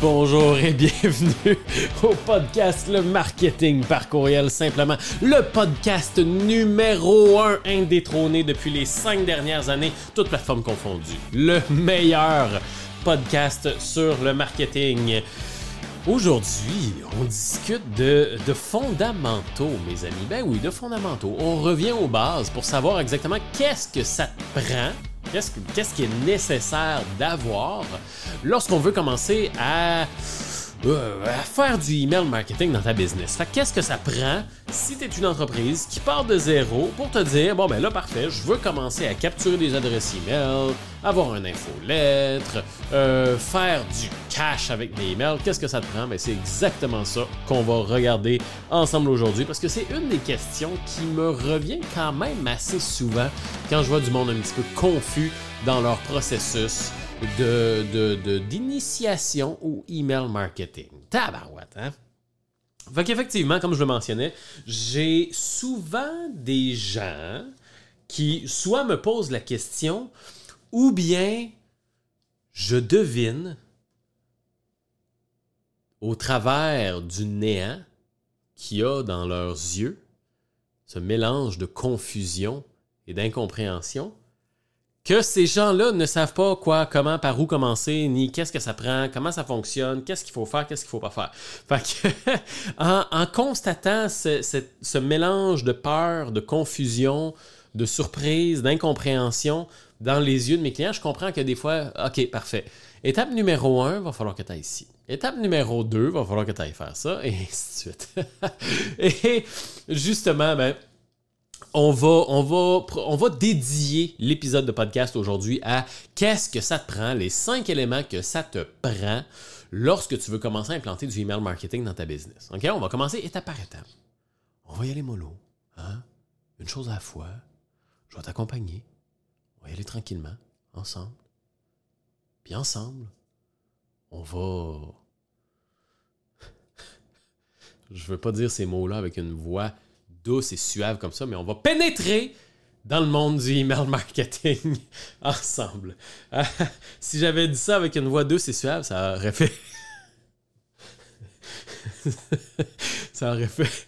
Bonjour et bienvenue au podcast Le Marketing par courriel simplement. Le podcast numéro 1 indétrôné depuis les 5 dernières années, toutes plateformes confondues. Le meilleur podcast sur le marketing. Aujourd'hui, on discute de fondamentaux, mes amis. Ben oui, de fondamentaux. On revient aux bases pour savoir exactement qu'est-ce que ça te prend. Qu'est-ce qui est nécessaire d'avoir lorsqu'on veut commencer à faire du email marketing dans ta business. Fait qu'est-ce que ça prend si tu es une entreprise qui part de zéro pour te dire, bon ben là parfait, je veux commencer à capturer des adresses email, avoir un infolettre, faire du cash avec mes emails. Qu'est-ce que ça te prend? Ben, c'est exactement ça qu'on va regarder ensemble aujourd'hui parce que c'est une des questions qui me revient quand même assez souvent quand je vois du monde un petit peu confus dans leur processus d'initiation au email marketing. Tabarouette, hein? Fait qu'effectivement, comme je le mentionnais, j'ai souvent des gens qui soit me posent la question ou bien je devine au travers du néant qu'il y a dans leurs yeux, ce mélange de confusion et d'incompréhension, que ces gens-là ne savent pas quoi, comment, par où commencer, ni qu'est-ce que ça prend, comment ça fonctionne, qu'est-ce qu'il faut faire, qu'est-ce qu'il faut pas faire. Fait que, en constatant ce mélange de peur, de confusion, de surprise, d'incompréhension dans les yeux de mes clients, je comprends que des fois, OK, parfait. Étape numéro 1, va falloir que tu ailles ici. Étape numéro 2, va falloir que tu ailles faire ça, et ainsi de suite. Et justement, ben, on va dédier l'épisode de podcast aujourd'hui à qu'est-ce que ça te prend, les 5 éléments que ça te prend lorsque tu veux commencer à implanter du email marketing dans ta business. OK? On va commencer étape par étape. On va y aller mollo. Hein? Une chose à la fois. Je vais t'accompagner. On va y aller tranquillement, ensemble. Puis ensemble, on va... Je veux pas dire ces mots-là avec une voix douce et suave comme ça, mais on va pénétrer dans le monde du email marketing ensemble. Si j'avais dit ça avec une voix douce et suave, ça aurait fait... ça aurait fait...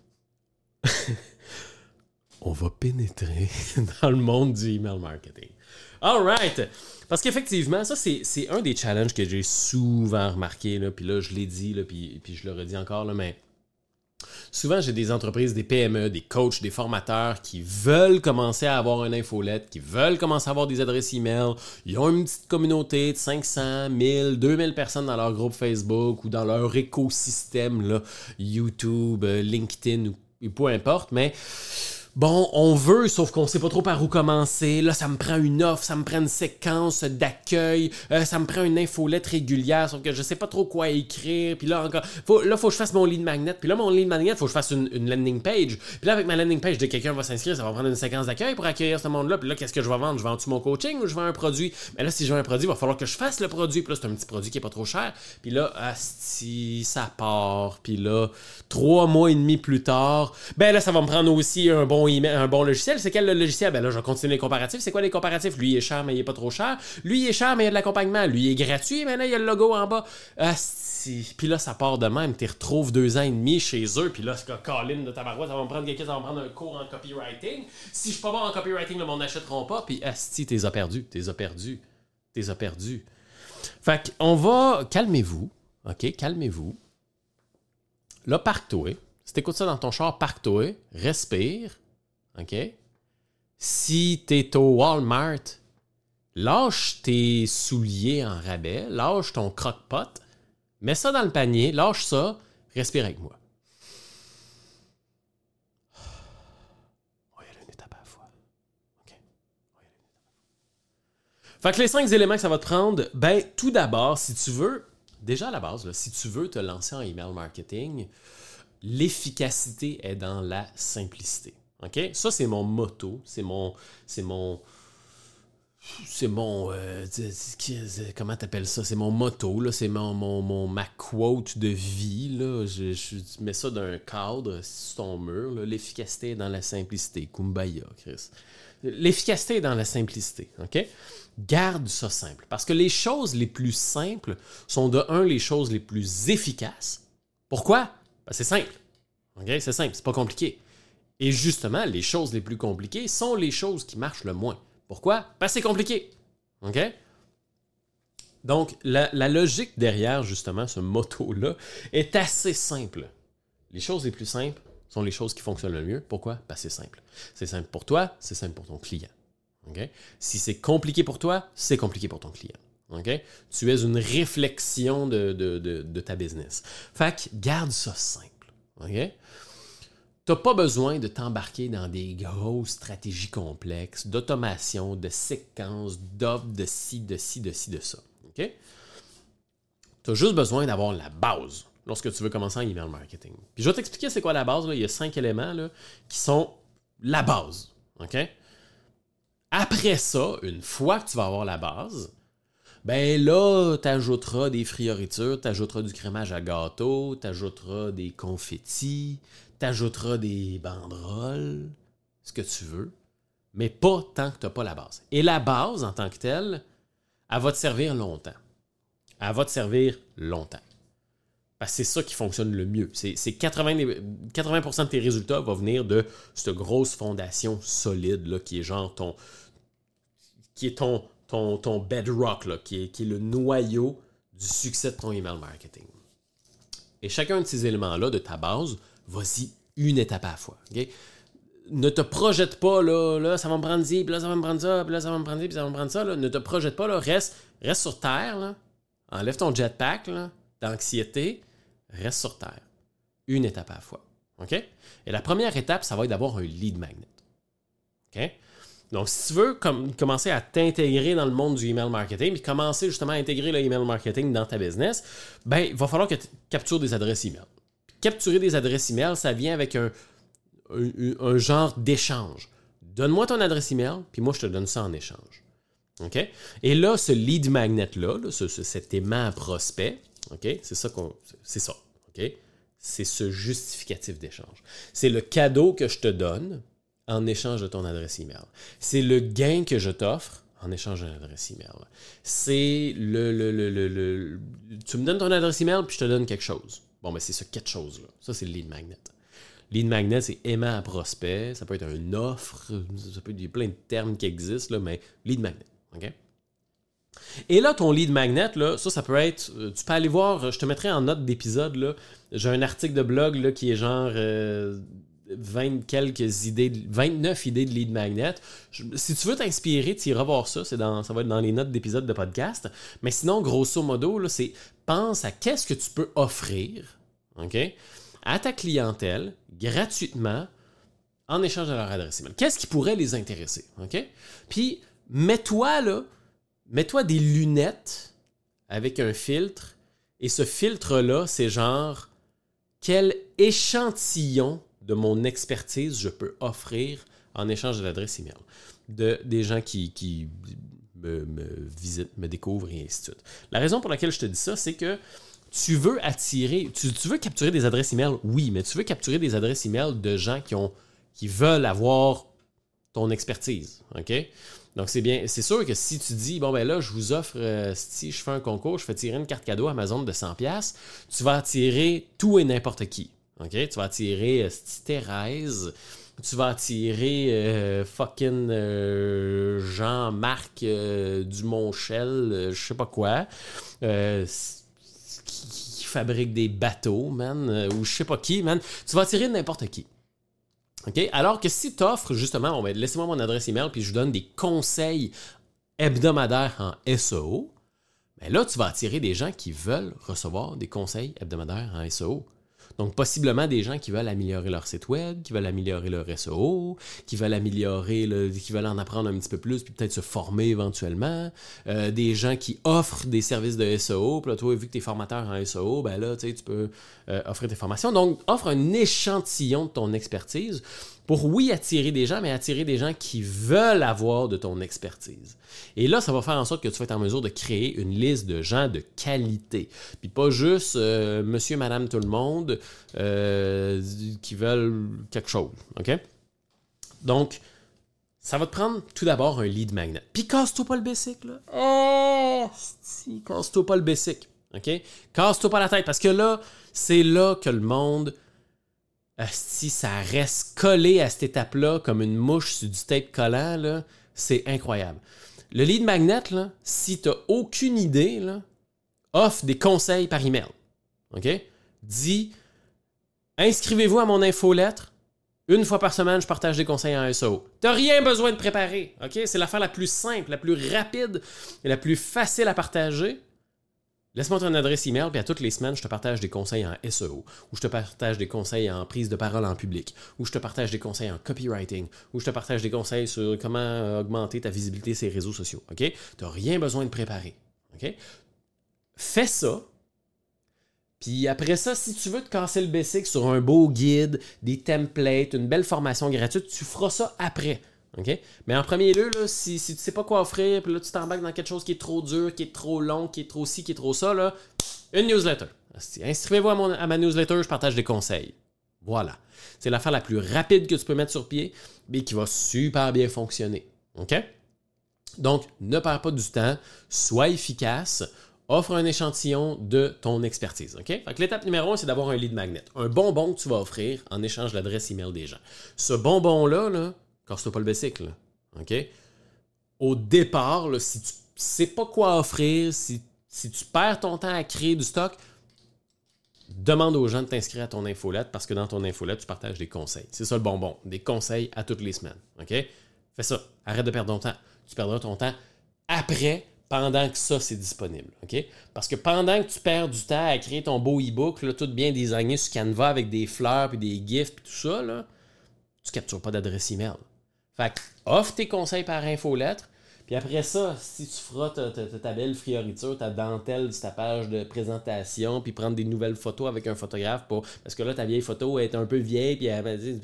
On va pénétrer dans le monde du email marketing. All right! Parce qu'effectivement, ça, c'est un des challenges que j'ai souvent remarqué, là, puis là, je l'ai dit, là, puis je le redis encore, là, mais souvent, j'ai des entreprises, des PME, des coachs, des formateurs qui veulent commencer à avoir une infolette, qui veulent commencer à avoir des adresses email. Ils ont une petite communauté de 500, 1000, 2000 personnes dans leur groupe Facebook ou dans leur écosystème, là, YouTube, LinkedIn ou peu importe, mais... Bon, on veut, sauf qu'on sait pas trop par où commencer. Là, ça me prend une offre, ça me prend une séquence d'accueil, ça me prend une infolette régulière, sauf que je sais pas trop quoi écrire. Puis là, encore, faut que je fasse mon lead magnet. Puis là, mon lead magnet, faut que je fasse une landing page. Puis là, avec ma landing page, dès que quelqu'un va s'inscrire, ça va prendre une séquence d'accueil pour accueillir ce monde-là. Puis là, qu'est-ce que je vais vendre? Je vends-tu mon coaching ou je vends un produit? Mais là, si je vends un produit, il va falloir que je fasse le produit. Puis là, c'est un petit produit qui est pas trop cher. Puis là, asti, ça part. Puis là, 3 mois et demi plus tard, ben là, ça va me prendre aussi un bon logiciel. C'est quel le logiciel? Ben là, je vais continuer les comparatifs. C'est quoi les comparatifs? Lui, il est cher, mais il est pas trop cher. Lui, il est cher, mais il y a de l'accompagnement. Lui, il est gratuit, mais là, il y a le logo en bas. Puis là, ça part de même. Tu retrouves 2 ans et demi chez eux. Puis là, c'est Colin de tabarouette, ça va me prendre quelqu'un, ça va me prendre un cours en copywriting. Si je suis pas bon en copywriting, le monde n'achètera pas. Puis asti, t'es perdu. Fait qu'on va... Calmez-vous. OK? Calmez-vous. Là, parque-toi. Si t'écoutes ça dans ton char, parque-toi. Respire. OK? Si t'es au Walmart, lâche tes souliers en rabais, lâche ton croque-pot, mets ça dans le panier, lâche ça, respire avec moi. On va y aller une étape à la fois. OK? On va y aller une étape à la fois. Fait que les 5 éléments que ça va te prendre, ben, tout d'abord, si tu veux, déjà à la base, là, si tu veux te lancer en email marketing, l'efficacité est dans la simplicité. OK? Ça, c'est mon motto. C'est mon comment t'appelles ça? C'est mon motto, là. C'est ma quote de vie, là. Je mets ça dans un cadre sur ton mur, là. L'efficacité est dans la simplicité. Kumbaya, Chris. L'efficacité est dans la simplicité. OK? garde ça simple. Parce que les choses les plus simples sont de un les choses les plus efficaces. Pourquoi? Ben, c'est simple. Okay? C'est simple, c'est pas compliqué. Et justement, les choses les plus compliquées sont les choses qui marchent le moins. Pourquoi? Ben, c'est compliqué. OK? Donc, la logique derrière, justement, ce motto-là est assez simple. Les choses les plus simples sont les choses qui fonctionnent le mieux. Pourquoi? Ben, c'est simple. C'est simple pour toi, c'est simple pour ton client. Okay? Si c'est compliqué pour toi, c'est compliqué pour ton client. Okay? Tu es une réflexion de ta business. Fait que garde ça simple. Okay? Tu n'as pas besoin de t'embarquer dans des grosses stratégies complexes, d'automation, de séquences, d'offres, de ci, de ça. Okay? Tu as juste besoin d'avoir la base lorsque tu veux commencer en email marketing. Puis je vais t'expliquer c'est quoi la base. Là. Il y a 5 éléments là, qui sont la base. Okay? Après ça, une fois que tu vas avoir la base, ben là, tu ajouteras des frioritures, tu ajouteras du crémage à gâteau, tu ajouteras des confettis, tu ajouteras des banderoles, ce que tu veux, mais pas tant que tu n'as pas la base. Et la base, en tant que telle, elle va te servir longtemps. Elle va te servir longtemps. Parce que c'est ça qui fonctionne le mieux. C'est 80% de tes résultats vont venir de cette grosse fondation solide là, qui est genre ton bedrock, là, qui est le noyau du succès de ton email marketing. Et chacun de ces éléments-là, de ta base, vas-y une étape à la fois. Okay? Ne te projette pas, là, ça va me prendre ci, puis là, ça va me prendre ça, puis là, ça va me prendre ci, puis ça va me prendre ça. Là. Ne te projette pas, là, reste sur terre, là. Enlève ton jetpack là, d'anxiété, reste sur terre. Une étape à la fois. OK? Et la première étape, ça va être d'avoir un lead magnet. OK? Donc, si tu veux commencer à t'intégrer dans le monde du email marketing, puis commencer justement à intégrer le email marketing dans ta business, ben, il va falloir que tu captures des adresses email. Puis, capturer des adresses email, ça vient avec un genre d'échange. Donne-moi ton adresse email, puis moi, je te donne ça en échange. OK? Et là, ce lead magnet-là, cet aimant prospect, OK? C'est ça. OK? C'est ce justificatif d'échange. C'est le cadeau que je te donne en échange de ton adresse email. C'est le gain que je t'offre en échange d'une adresse email. C'est tu me donnes ton adresse email puis je te donne quelque chose. Bon, ben c'est ce quelque chose-là. Ça, c'est le lead magnet. Lead magnet, c'est aimant à prospect. Ça peut être une offre. Ça peut être, il y a plein de termes qui existent, là, mais lead magnet. OK? Et là, ton lead magnet, là, ça peut être... Tu peux aller voir, je te mettrai en note d'épisode, là, j'ai un article de blog là, qui est genre 29 idées de lead magnet. Si tu veux t'inspirer, tu iras voir ça. Ça va être dans les notes d'épisode de podcast. Mais sinon, grosso modo, là, c'est pense à qu'est-ce que tu peux offrir, OK, à ta clientèle gratuitement en échange de leur adresse email. Qu'est-ce qui pourrait les intéresser? OK? Puis, mets-toi des lunettes avec un filtre. Et ce filtre-là, c'est genre quel échantillon de mon expertise je peux offrir en échange de l'adresse email. Des gens qui me visitent, me découvrent et ainsi de suite. La raison pour laquelle je te dis ça, c'est que tu veux attirer, tu veux capturer des adresses email, oui, mais tu veux capturer des adresses email de gens qui veulent avoir ton expertise. OK? Donc, c'est sûr que si tu dis, bon, ben là, je vous offre, si je fais un concours, je fais tirer une carte cadeau Amazon de 100$, tu vas attirer tout et n'importe qui. OK? Tu vas attirer Thérèse, tu vas attirer Jean-Marc Dumonchel, je sais pas quoi, qui fabrique des bateaux, man, ou je sais pas qui, man. Tu vas attirer n'importe qui. Okay? Alors que si tu offres justement, laissez-moi mon adresse email puis je vous donne des conseils hebdomadaires en SEO, ben là, tu vas attirer des gens qui veulent recevoir des conseils hebdomadaires en SEO. Donc, possiblement des gens qui veulent améliorer leur site web, qui veulent améliorer leur SEO, qui veulent qui veulent en apprendre un petit peu plus puis peut-être se former éventuellement. Des gens qui offrent des services de SEO. Puis là, toi, vu que tu es formateur en SEO, ben là, tu peux offrir tes formations. Donc, offre un échantillon de ton expertise pour, oui, attirer des gens, mais attirer des gens qui veulent avoir de ton expertise. Et là, ça va faire en sorte que tu vas être en mesure de créer une liste de gens de qualité. Puis pas juste monsieur, madame, tout le monde qui veulent quelque chose. OK? Donc, Ça va te prendre tout d'abord un lead magnet. Puis casse-toi pas le basic, là. Oh, si, casse-toi pas le basic. OK? Casse-toi pas la tête. Parce que là, c'est là que le monde, si ça reste collé à cette étape-là, comme une mouche sur du tape collant, là, c'est incroyable. Le lead magnet, là, si tu n'as aucune idée, là, offre des conseils par email. OK? Dis, inscrivez-vous à mon infolettre. Une fois par semaine, je partage des conseils en SEO. Tu n'as rien besoin de préparer. OK? C'est l'affaire la plus simple, la plus rapide et la plus facile à partager. Laisse-moi ton adresse email, puis à toutes les semaines, je te partage des conseils en SEO, ou je te partage des conseils en prise de parole en public, ou je te partage des conseils en copywriting, ou je te partage des conseils sur comment augmenter ta visibilité sur les réseaux sociaux. OK? Tu n'as rien besoin de préparer. OK? Fais ça. Puis après ça, si tu veux te casser le basic sur un beau guide, des templates, une belle formation gratuite, tu feras ça après. Okay? Mais en premier lieu, là, si tu ne sais pas quoi offrir, puis là tu t'embarques dans quelque chose qui est trop dur, qui est trop long, qui est trop ci, qui est trop ça, là, une newsletter. Inscrivez-vous à ma newsletter, je partage des conseils. Voilà. C'est l'affaire la plus rapide que tu peux mettre sur pied, mais qui va super bien fonctionner. OK? Donc, ne perds pas du temps, sois efficace, offre un échantillon de ton expertise. OK? Fait que l'étape numéro 1, c'est d'avoir un lead magnet. Un bonbon que tu vas offrir en échange de l'adresse email des gens. Ce bonbon-là, là, casse-toi pas le basic, là. OK? Au départ, là, si tu ne sais pas quoi offrir, si tu perds ton temps à créer du stock, demande aux gens de t'inscrire à ton infolette parce que dans ton infolette, tu partages des conseils. C'est ça le bonbon. Des conseils à toutes les semaines. OK? Fais ça. Arrête de perdre ton temps. Tu perdras ton temps après, pendant que ça, c'est disponible. OK? Parce que pendant que tu perds du temps à créer ton beau e-book, là, tout bien designé sur Canva avec des fleurs puis des gifs puis tout ça, là, tu ne captures pas d'adresse email. Fait que offre tes conseils par infolettre. Puis après ça, si tu feras ta belle fioriture, ta dentelle sur ta page de présentation, puis prendre des nouvelles photos avec un photographe, parce que là, ta vieille photo est un peu vieille, puis elle va dire...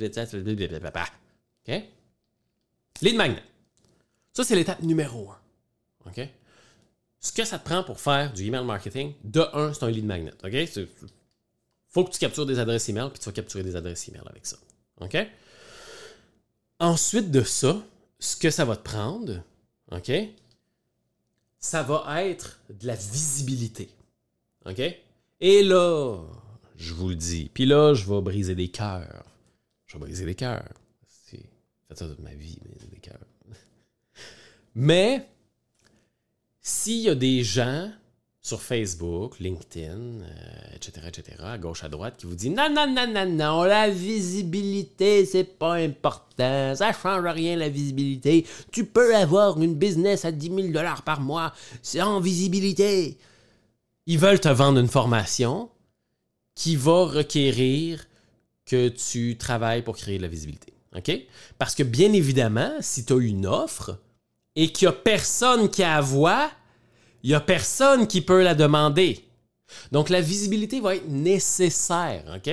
OK? Lead magnet. Ça, c'est l'étape numéro 1. OK? Ce que ça te prend pour faire du email marketing, de 1, c'est un lead magnet. OK? Faut que tu captures des adresses email, puis tu vas capturer des adresses email avec ça. OK? Ensuite de ça, ce que ça va te prendre, OK? Ça va être de la visibilité. OK? Et là, je vous le dis, puis là, je vais briser des cœurs. Je vais briser des cœurs. Faites ça toute ma vie, briser des cœurs. Mais, s'il y a des gens sur Facebook, LinkedIn, etc., à gauche, à droite, qui vous disent « Non, non, non, non, non, la visibilité, c'est pas important, ça change rien la visibilité, tu peux avoir une business à 10 000 $ par mois sans visibilité. » Ils veulent te vendre une formation qui va requérir que tu travailles pour créer de la visibilité. OK? Parce que bien évidemment, si tu as une offre et qu'il n'y a personne qui la voit, il n'y a personne qui peut la demander. Donc, la visibilité va être nécessaire. OK?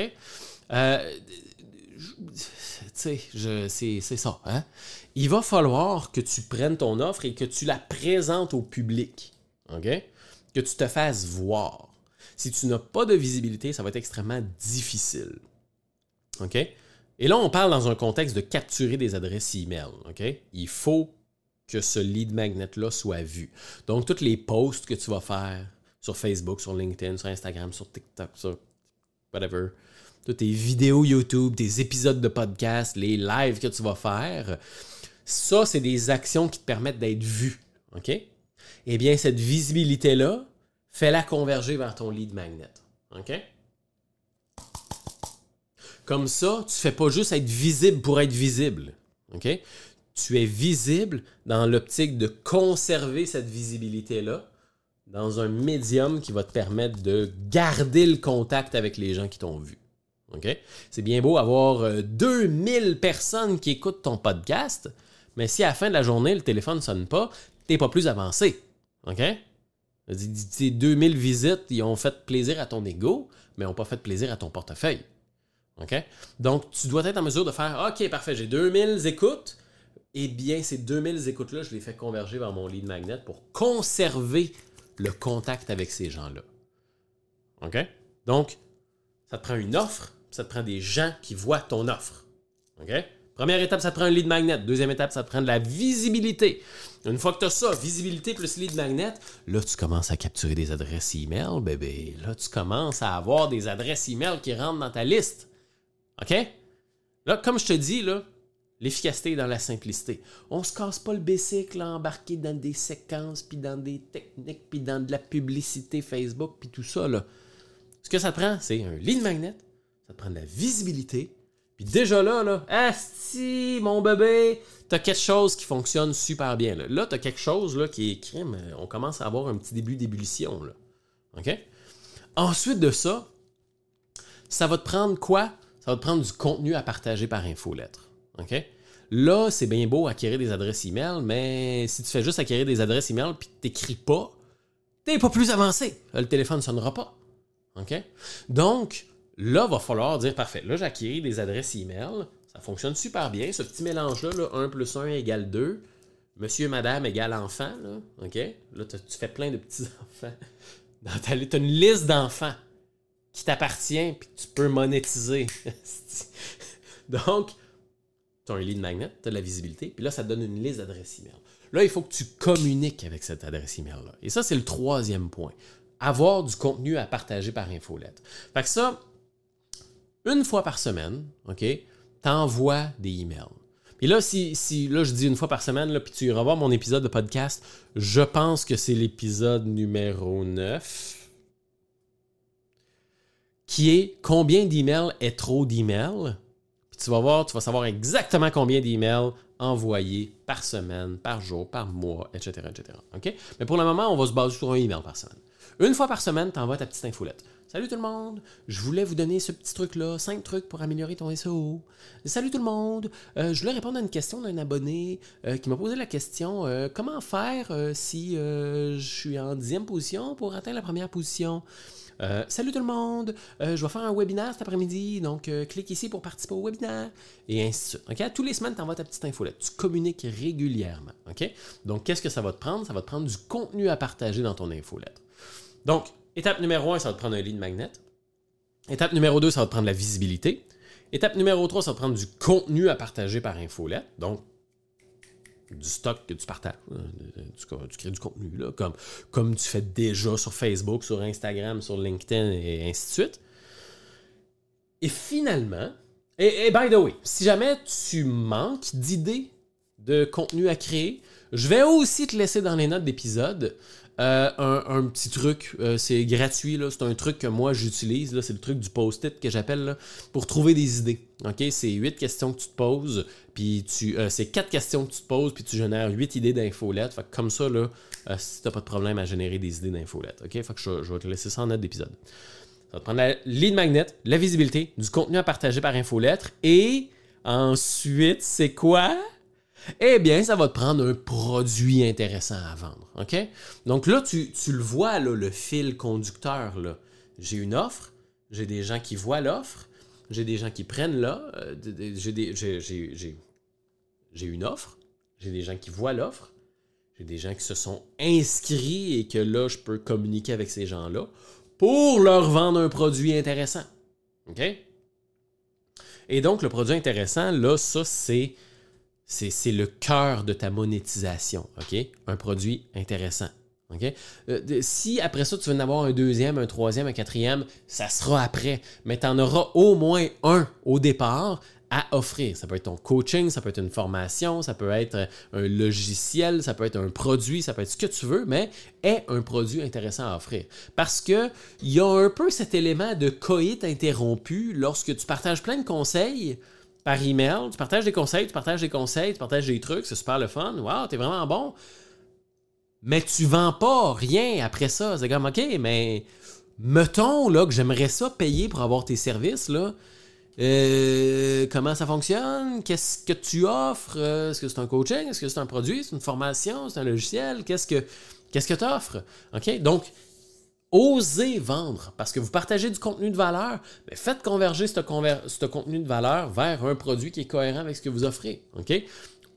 C'est ça. Hein? Il va falloir que tu prennes ton offre et que tu la présentes au public. OK? Que tu te fasses voir. Si tu n'as pas de visibilité, ça va être extrêmement difficile. OK? Et là, on parle dans un contexte de capturer des adresses email. OK? Il faut que ce lead magnet-là soit vu. Donc, tous les posts que tu vas faire sur Facebook, sur LinkedIn, sur Instagram, sur TikTok, sur whatever, toutes tes vidéos YouTube, tes épisodes de podcast, les lives que tu vas faire, ça, c'est des actions qui te permettent d'être vu. OK? Eh bien, cette visibilité-là, fais-la converger vers ton lead magnet. OK? Comme ça, tu ne fais pas juste être visible pour être visible. OK? Tu es visible dans l'optique de conserver cette visibilité-là dans un médium qui va te permettre de garder le contact avec les gens qui t'ont vu. OK? C'est bien beau avoir 2000 personnes qui écoutent ton podcast, mais si à la fin de la journée, le téléphone ne sonne pas, tu n'es pas plus avancé. OK? Ces 2000 visites, ils ont fait plaisir à ton ego, mais n'ont pas fait plaisir à ton portefeuille. OK? Donc, tu dois être en mesure de faire « OK, parfait, j'ai 2000 écoutes. » Eh bien, ces 2000 écoutes-là, je les fais converger vers mon lead magnet pour conserver le contact avec ces gens-là. OK? Donc, ça te prend une offre, ça te prend des gens qui voient ton offre. OK? Première étape, ça te prend un lead magnet. Deuxième étape, ça te prend de la visibilité. Une fois que tu as ça, visibilité plus lead magnet, là, tu commences à capturer des adresses email, bébé. Là, tu commences à avoir des adresses email qui rentrent dans ta liste. OK? Là, comme je te dis, là, l'efficacité est dans la simplicité. On se casse pas le bicycle embarqué dans des séquences, puis dans des techniques, puis dans de la publicité Facebook, puis tout ça, là. Ce que ça te prend, c'est un lead magnet, ça te prend de la visibilité, puis déjà là, asti, mon bébé, t'as quelque chose qui fonctionne super bien. Là, t'as quelque chose là, qui est crime. On commence à avoir un petit début d'ébullition, là. OK? Ensuite de ça, ça va te prendre quoi? Ça va te prendre du contenu à partager par infolettre. OK? Là, c'est bien beau acquérir des adresses email, mais si tu fais juste acquérir des adresses email puis que tu n'écris pas, tu n'es pas plus avancé. Le téléphone ne sonnera pas. OK? Donc, là, il va falloir dire, parfait, là, j'ai acquis des adresses email. Ça fonctionne super bien. Ce petit mélange-là, là, 1 plus 1 égale 2. Monsieur, madame égale enfant. Là, OK? Là, tu fais plein de petits-enfants. Tu as une liste d'enfants qui t'appartient et que tu peux monétiser. Donc, tu as un lead magnet, tu as de la visibilité, puis là, ça te donne une liste d'adresses email. Là, il faut que tu communiques avec cette adresse email-là. Et ça, c'est le troisième point. Avoir du contenu à partager par infolettre. Fait que ça, une fois par semaine, OK, t'envoies des emails. Puis là, si là, je dis une fois par semaine, là, puis tu iras voir mon épisode de podcast, je pense que c'est l'épisode numéro 9, qui est combien d'emails est trop d'emails. Puis tu vas voir, tu vas savoir exactement combien d'emails envoyés par semaine, par jour, par mois, etc., etc. OK? Mais pour le moment, on va se baser sur un email par semaine. Une fois par semaine, tu envoies ta petite infolette. Salut tout le monde, je voulais vous donner ce petit truc-là, 5 trucs pour améliorer ton SEO. Salut tout le monde, je voulais répondre à une question d'un abonné qui m'a posé la question comment faire si je suis en 10e position pour atteindre la première position. Salut tout le monde, je vais faire un webinaire cet après-midi, donc clique ici pour participer au webinaire, et ainsi de suite. Okay? Tous les semaines, tu envoies ta petite infolette. Tu communiques régulièrement. Okay? Donc, qu'est-ce que ça va te prendre? Ça va te prendre du contenu à partager dans ton infolette. Donc, étape numéro 1, ça va te prendre un lead magnet. Étape numéro 2, ça va te prendre la visibilité. Étape numéro 3, ça va te prendre du contenu à partager par infolette. Donc, du stock que tu partages. Tu crées du contenu, là, comme tu fais déjà sur Facebook, sur Instagram, sur LinkedIn et ainsi de suite. Et finalement, et by the way, si jamais tu manques d'idées de contenu à créer, je vais aussi te laisser dans les notes d'épisode un petit truc, c'est gratuit, là, c'est un truc que moi j'utilise, là, c'est le truc du post-it que j'appelle là, pour trouver des idées. Okay? C'est 8 questions que tu te poses, puis c'est 4 questions que tu te poses, puis tu génères 8 idées d'infolettes. Fait que comme ça, là, si tu n'as pas de problème à générer des idées d'infolettes. Okay? Fait que je vais te laisser ça en note d'épisode. Ça va te prendre la lead magnet, la visibilité, du contenu à partager par infolettre, et ensuite, c'est quoi? Eh bien, ça va te prendre un produit intéressant à vendre. OK? Donc là, tu le vois, là, le fil conducteur. Là. J'ai une offre, j'ai des gens qui voient l'offre, j'ai des gens qui prennent là, j'ai une offre, j'ai des gens qui voient l'offre, j'ai des gens qui se sont inscrits et que là, je peux communiquer avec ces gens-là pour leur vendre un produit intéressant. OK? Et donc, le produit intéressant, là, ça, c'est le cœur de ta monétisation, OK? Un produit intéressant, OK? Si après ça, tu veux en avoir un deuxième, un troisième, un quatrième, ça sera après. Mais tu en auras au moins un au départ à offrir. Ça peut être ton coaching, ça peut être une formation, ça peut être un logiciel, ça peut être un produit, ça peut être ce que tu veux, mais est un produit intéressant à offrir. Parce qu'il y a un peu cet élément de coït interrompu lorsque tu partages plein de conseils par email, tu partages des conseils, tu partages des trucs, c'est super le fun. Wow, t'es vraiment bon. Mais tu vends pas rien après ça. C'est comme, OK, mais mettons là, que j'aimerais ça payer pour avoir tes services. Là. Comment ça fonctionne? Qu'est-ce que tu offres? Est-ce que c'est un coaching? Est-ce que c'est un produit? C'est une formation? C'est un logiciel? Qu'est-ce que tu offres? OK? Donc, osez vendre, parce que vous partagez du contenu de valeur, mais faites converger ce contenu de valeur vers un produit qui est cohérent avec ce que vous offrez. OK?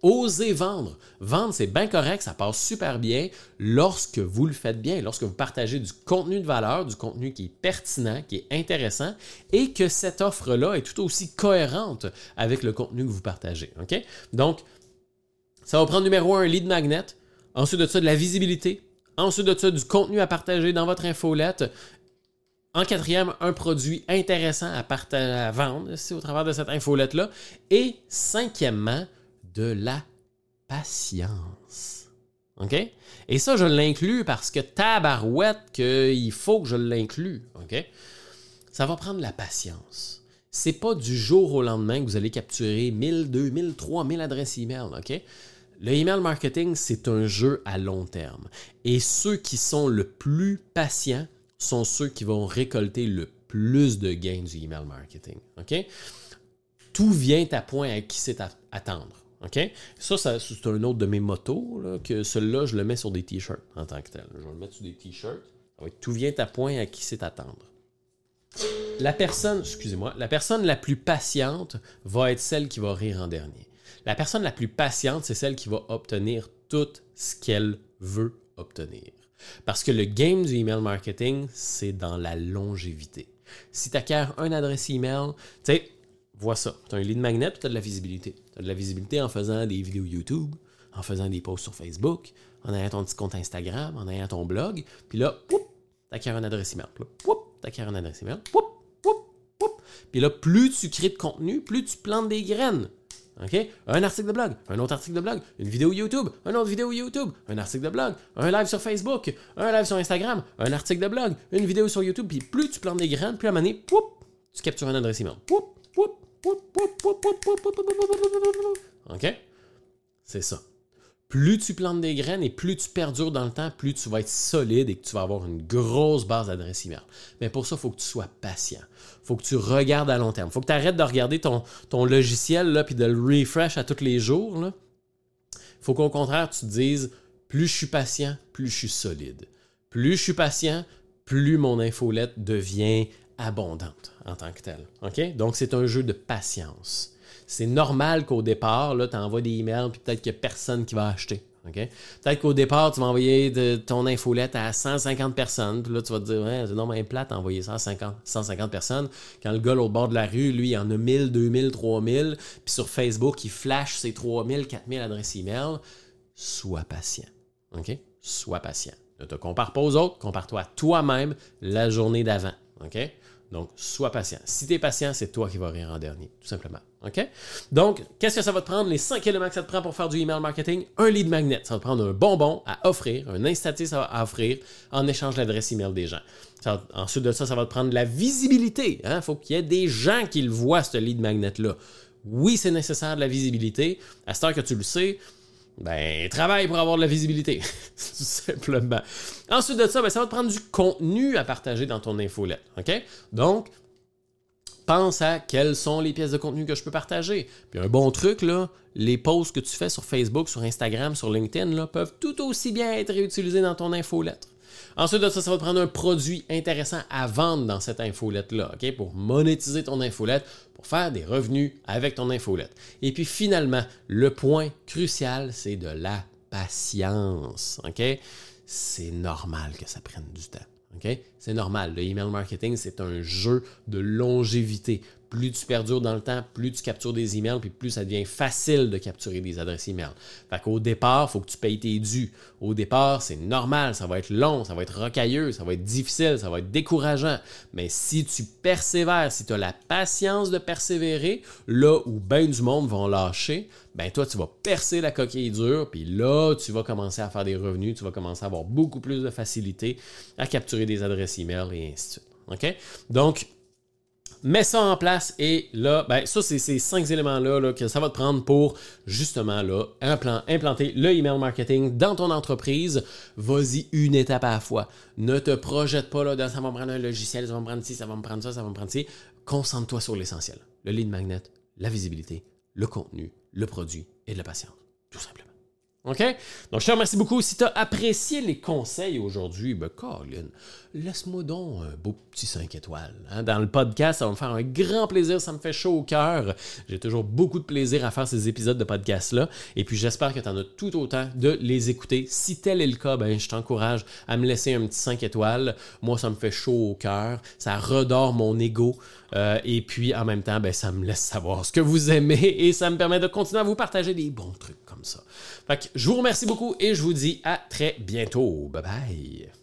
osez vendre. Vendre, c'est bien correct, ça passe super bien lorsque vous le faites bien, lorsque vous partagez du contenu de valeur, du contenu qui est pertinent, qui est intéressant et que cette offre-là est tout aussi cohérente avec le contenu que vous partagez. OK? Donc, ça va prendre numéro 1, un lead magnet. Ensuite de ça, de la visibilité. Ensuite de ça, du contenu à partager dans votre infolette. En quatrième, un produit intéressant à vendre au travers de cette infolette-là. Et cinquièmement, de la patience. OK? Et ça, je l'inclus parce que tabarouette qu'il faut que je l'inclue. OK? Ça va prendre de la patience. C'est pas du jour au lendemain que vous allez capturer 1000, 2000, 3000 adresses email. OK? Le email marketing, c'est un jeu à long terme. Et ceux qui sont le plus patients sont ceux qui vont récolter le plus de gains du email marketing. OK? Tout vient à point à qui c'est attendre. OK? Ça, c'est un autre de mes motos, là, que celui-là, je le mets sur des t-shirts en tant que tel. Je vais le mettre sur des t-shirts. Tout vient à point à qui c'est attendre. La personne la plus patiente va être celle qui va rire en dernier. La personne la plus patiente, c'est celle qui va obtenir tout ce qu'elle veut obtenir. Parce que le game du email marketing, c'est dans la longévité. Si tu acquiers une adresse email, tu sais, vois ça. Tu as un lead magnet, tu as de la visibilité. Tu as de la visibilité en faisant des vidéos YouTube, en faisant des posts sur Facebook, en ayant ton petit compte Instagram, en ayant ton blog. Puis là, tu acquiers une adresse email. Tu acquiers une adresse email. Puis là, plus tu crées de contenu, plus tu plantes des graines. Okay? Un article de blog, un autre article de blog, une vidéo YouTube, une autre vidéo YouTube, un article de blog, un live sur Facebook, un live sur Instagram, un article de blog, une vidéo sur YouTube. Puis plus tu plantes des graines, plus à un moment donné, tu captures une adresse email. OK? C'est ça. Plus tu plantes des graines et plus tu perdures dans le temps, plus tu vas être solide et que tu vas avoir une grosse base d'adresse email. Mais pour ça, il faut que tu sois patient. Il faut que tu regardes à long terme. Il faut que tu arrêtes de regarder ton logiciel là, puis de le refresh à tous les jours. Il faut qu'au contraire, tu te dises, plus je suis patient, plus je suis solide. Plus je suis patient, plus mon infolette devient abondante en tant que telle. OK? Donc, c'est un jeu de patience. C'est normal qu'au départ, tu envoies des emails puis peut-être qu'il n'y a personne qui va acheter. Okay? Peut-être qu'au départ, tu vas envoyer ton infolette à 150 personnes. Puis là, tu vas te dire, ouais, c'est normal plate d'envoyer ça à 150 personnes. Quand le gars au bord de la rue, lui, il en a 1000, 2000, 3000. Puis sur Facebook, il flash ses 3000, 4000 adresses email. Sois patient. OK? Sois patient. Ne te compare pas aux autres, compare-toi à toi-même la journée d'avant. OK? Donc, sois patient. Si tu es patient, c'est toi qui vas rire en dernier, tout simplement. OK? Donc, qu'est-ce que ça va te prendre? Les 5 éléments que ça te prend pour faire du email marketing? Un lead magnet. Ça va te prendre un bonbon à offrir, un incitatif à offrir en échange de l'adresse email des gens. Ensuite de ça, ça va te prendre de la visibilité. Il faut qu'il y ait des gens qui le voient, ce lead magnet-là. Oui, c'est nécessaire de la visibilité. À cette heure que tu le sais, travaille pour avoir de la visibilité, tout simplement. Ensuite de ça, ça va te prendre du contenu à partager dans ton infolette. OK? Donc, pense à quelles sont les pièces de contenu que je peux partager. Puis un bon truc, là, les posts que tu fais sur Facebook, sur Instagram, sur LinkedIn, là, peuvent tout aussi bien être réutilisés dans ton infolette. Ensuite de ça, ça va te prendre un produit intéressant à vendre dans cette infolette-là, OK? Pour monétiser ton infolette, pour faire des revenus avec ton infolette. Et puis finalement, le point crucial, c'est de la patience, OK? C'est normal que ça prenne du temps, OK? C'est normal. Le email marketing, c'est un jeu de longévité. Plus tu perdures dans le temps, plus tu captures des emails, puis plus ça devient facile de capturer des adresses emails. Fait qu'au départ, il faut que tu payes tes dus. Au départ, c'est normal, ça va être long, ça va être rocailleux, ça va être difficile, ça va être décourageant. Mais si tu persévères, si tu as la patience de persévérer, là où bien du monde vont lâcher, toi, tu vas percer la coquille dure, puis là, tu vas commencer à faire des revenus, tu vas commencer à avoir beaucoup plus de facilité à capturer des adresses email et ainsi de suite. OK? Donc, mets ça en place et là, ça, c'est ces 5 éléments-là là, que ça va te prendre pour justement là, implanter le email marketing dans ton entreprise. Vas-y une étape à la fois. Ne te projette pas là, dans ça va me prendre un logiciel, ça va me prendre ci, ça va me prendre ça, ça va me prendre ci. Concentre-toi sur l'essentiel. Le lead magnet, la visibilité, le contenu, le produit et de la patience. Tout simplement. OK? Donc, je te remercie beaucoup. Si tu as apprécié les conseils aujourd'hui, ben, Colin, laisse-moi donc un beau petit 5 étoiles. Hein? Dans le podcast, ça va me faire un grand plaisir. Ça me fait chaud au cœur. J'ai toujours beaucoup de plaisir à faire ces épisodes de podcast-là. Et puis, j'espère que tu en as tout autant de les écouter. Si tel est le cas, ben, je t'encourage à me laisser un petit 5 étoiles. Moi, ça me fait chaud au cœur. Ça redore mon ego. Et puis, en même temps, ben, ça me laisse savoir ce que vous aimez et ça me permet de continuer à vous partager des bons trucs comme ça. Fait que je vous remercie beaucoup et je vous dis à très bientôt. Bye bye!